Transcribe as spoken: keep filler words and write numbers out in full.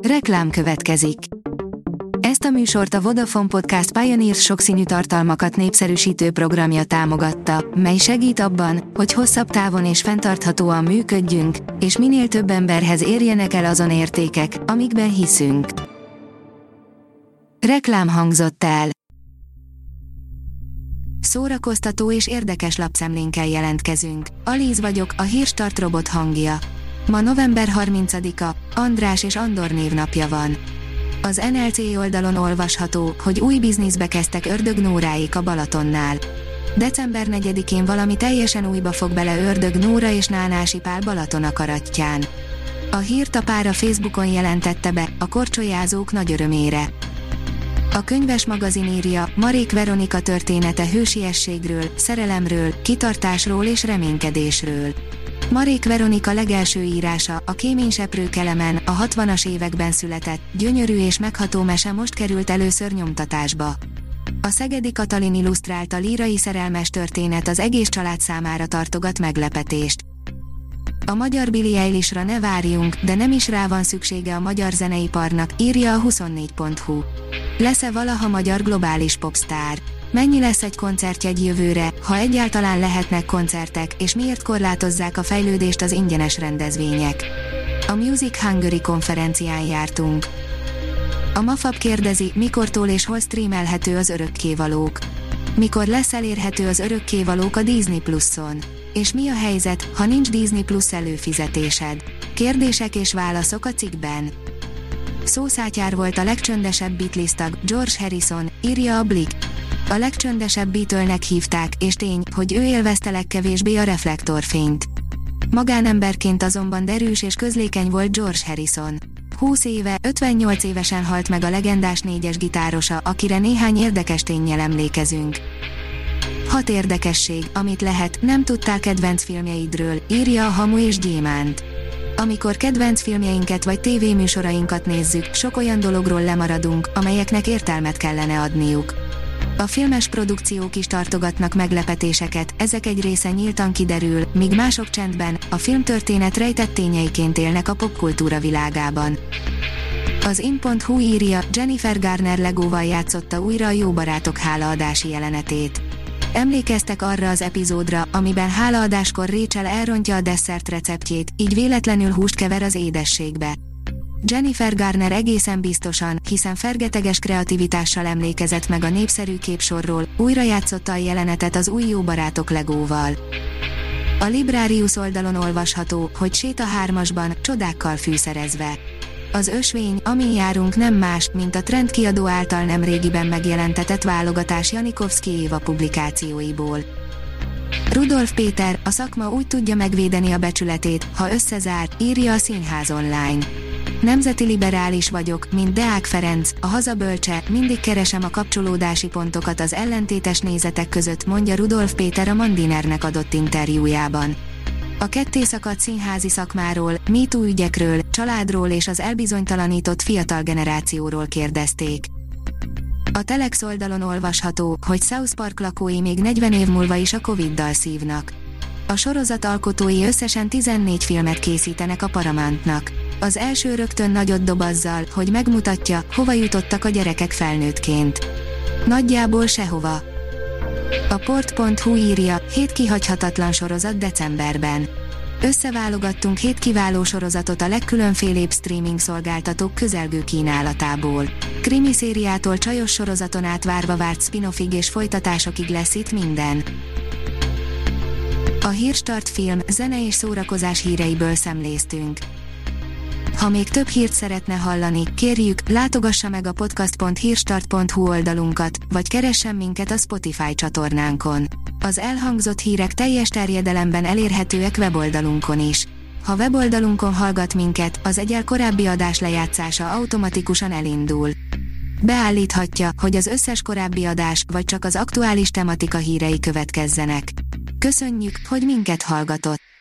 Reklám következik. Ezt a műsort a Vodafone Podcast Pioneers sokszínű tartalmakat népszerűsítő programja támogatta, mely segít abban, hogy hosszabb távon és fenntarthatóan működjünk, és minél több emberhez érjenek el azon értékek, amikben hiszünk. Reklám hangzott el. Szórakoztató és érdekes lapszemlénkkel jelentkezünk. Alíz vagyok, a Hírstart robot hangja. Ma november harmincadika, András és Andor névnapja van. Az en el cé oldalon olvasható, hogy új bizniszbe kezdtek Ördög Nóráék a Balatonnál. december negyedikén valami teljesen újba fog bele Ördög Nóra és Nánási Pál Balaton akaratján. A hírt a pár a Facebookon jelentette be, a korcsolyázók nagy örömére. A Könyves magazin írja, Marék Veronika története hősiességről, szerelemről, kitartásról és reménykedésről. Marék Veronika legelső írása, a Kéményseprő Kelemen, a hatvanas években született, gyönyörű és megható mese most került először nyomtatásba. A Szegedi Katalin illusztrálta lírai szerelmes történet az egész család számára tartogat meglepetést. A magyar Billie Eilishra ne várjunk, de nem is rá van szüksége a magyar zeneiparnak, írja a huszonnégy pont hu. Lesz-e valaha magyar globális popstar? Mennyi lesz egy koncertjegy jövőre, ha egyáltalán lehetnek koncertek, és miért korlátozzák a fejlődést az ingyenes rendezvények? A Music Hungary konferencián jártunk. A Mafab kérdezi, mikortól és hol streamelhető az Örökkévalók. Mikor lesz elérhető az Örökkévalók a Disney Pluson? És mi a helyzet, ha nincs Disney Plus előfizetésed? Kérdések és válaszok a cikkben. Szószátyár volt a legcsöndesebb Beatles tag, George Harrison, írja a Blick. A legcsöndesebb Beatle-nek hívták, és tény, hogy ő élvezte legkevésbé a reflektorfényt. Magánemberként azonban derűs és közlékeny volt George Harrison. húsz éve, ötvennyolc évesen halt meg a legendás négyes gitárosa, akire néhány érdekes ténnyel emlékezünk. Hat érdekesség, amit lehet, nem tudtál kedvenc filmjeidről, írja a Hamu és Gyémánt. Amikor kedvenc filmjeinket vagy tévéműsorainkat nézzük, sok olyan dologról lemaradunk, amelyeknek értelmet kellene adniuk. A filmes produkciók is tartogatnak meglepetéseket, ezek egy része nyíltan kiderül, míg mások csendben, a filmtörténet rejtett tényeiként élnek a popkultúra világában. Az in pont hu írja, Jennifer Garner Legóval játszotta újra a Jó barátok hálaadási jelenetét. Emlékeztek arra az epizódra, amiben hálaadáskor Rachel elrontja a desszert receptjét, így véletlenül húst kever az édességbe. Jennifer Garner egészen biztosan, hiszen fergeteges kreativitással emlékezett meg a népszerű képsorról, újra játszotta a jelenetet az új Jó barátok Legóval. A Librarius oldalon olvasható, hogy sét a hármasban, csodákkal fűszerezve. Az ösvény, amin járunk nem más, mint a Trend kiadó által nemrégiben megjelentetett válogatás Janikovszki Éva publikációiból. Rudolf Péter, a szakma úgy tudja megvédeni a becsületét, ha összezár, írja a Színház online. Nemzeti liberális vagyok, mint Deák Ferenc, a hazabölcse, mindig keresem a kapcsolódási pontokat az ellentétes nézetek között, mondja Rudolf Péter a Mandinernek adott interjújában. A kettészakadt színházi szakmáról, MeToo ügyekről, családról és az elbizonytalanított fiatal generációról kérdezték. A Telex oldalon olvasható, hogy South Park lakói még negyven év múlva is a Coviddal szívnak. A sorozat alkotói összesen tizennégy filmet készítenek a Paramountnak. Az első rögtön nagyot dob azzal, hogy megmutatja, hova jutottak a gyerekek felnőttként. Nagyjából sehova. A port pont hu írja, hét kihagyhatatlan sorozat decemberben. Összeválogattunk hét kiváló sorozatot a legkülönfélébb streaming szolgáltatók közelgő kínálatából. Krimiszériától csajos sorozaton át várva várt spin-offig és folytatásokig lesz itt minden. A Hírstart film, zene és szórakozás híreiből szemléztünk. Ha még több hírt szeretne hallani, kérjük, látogassa meg a podcast pont hírstart pont hu oldalunkat, vagy keressen minket a Spotify csatornánkon. Az elhangzott hírek teljes terjedelemben elérhetőek weboldalunkon is. Ha weboldalunkon hallgat minket, az egyel korábbi adás lejátszása automatikusan elindul. Beállíthatja, hogy az összes korábbi adás, vagy csak az aktuális tematika hírei következzenek. Köszönjük, hogy minket hallgatott!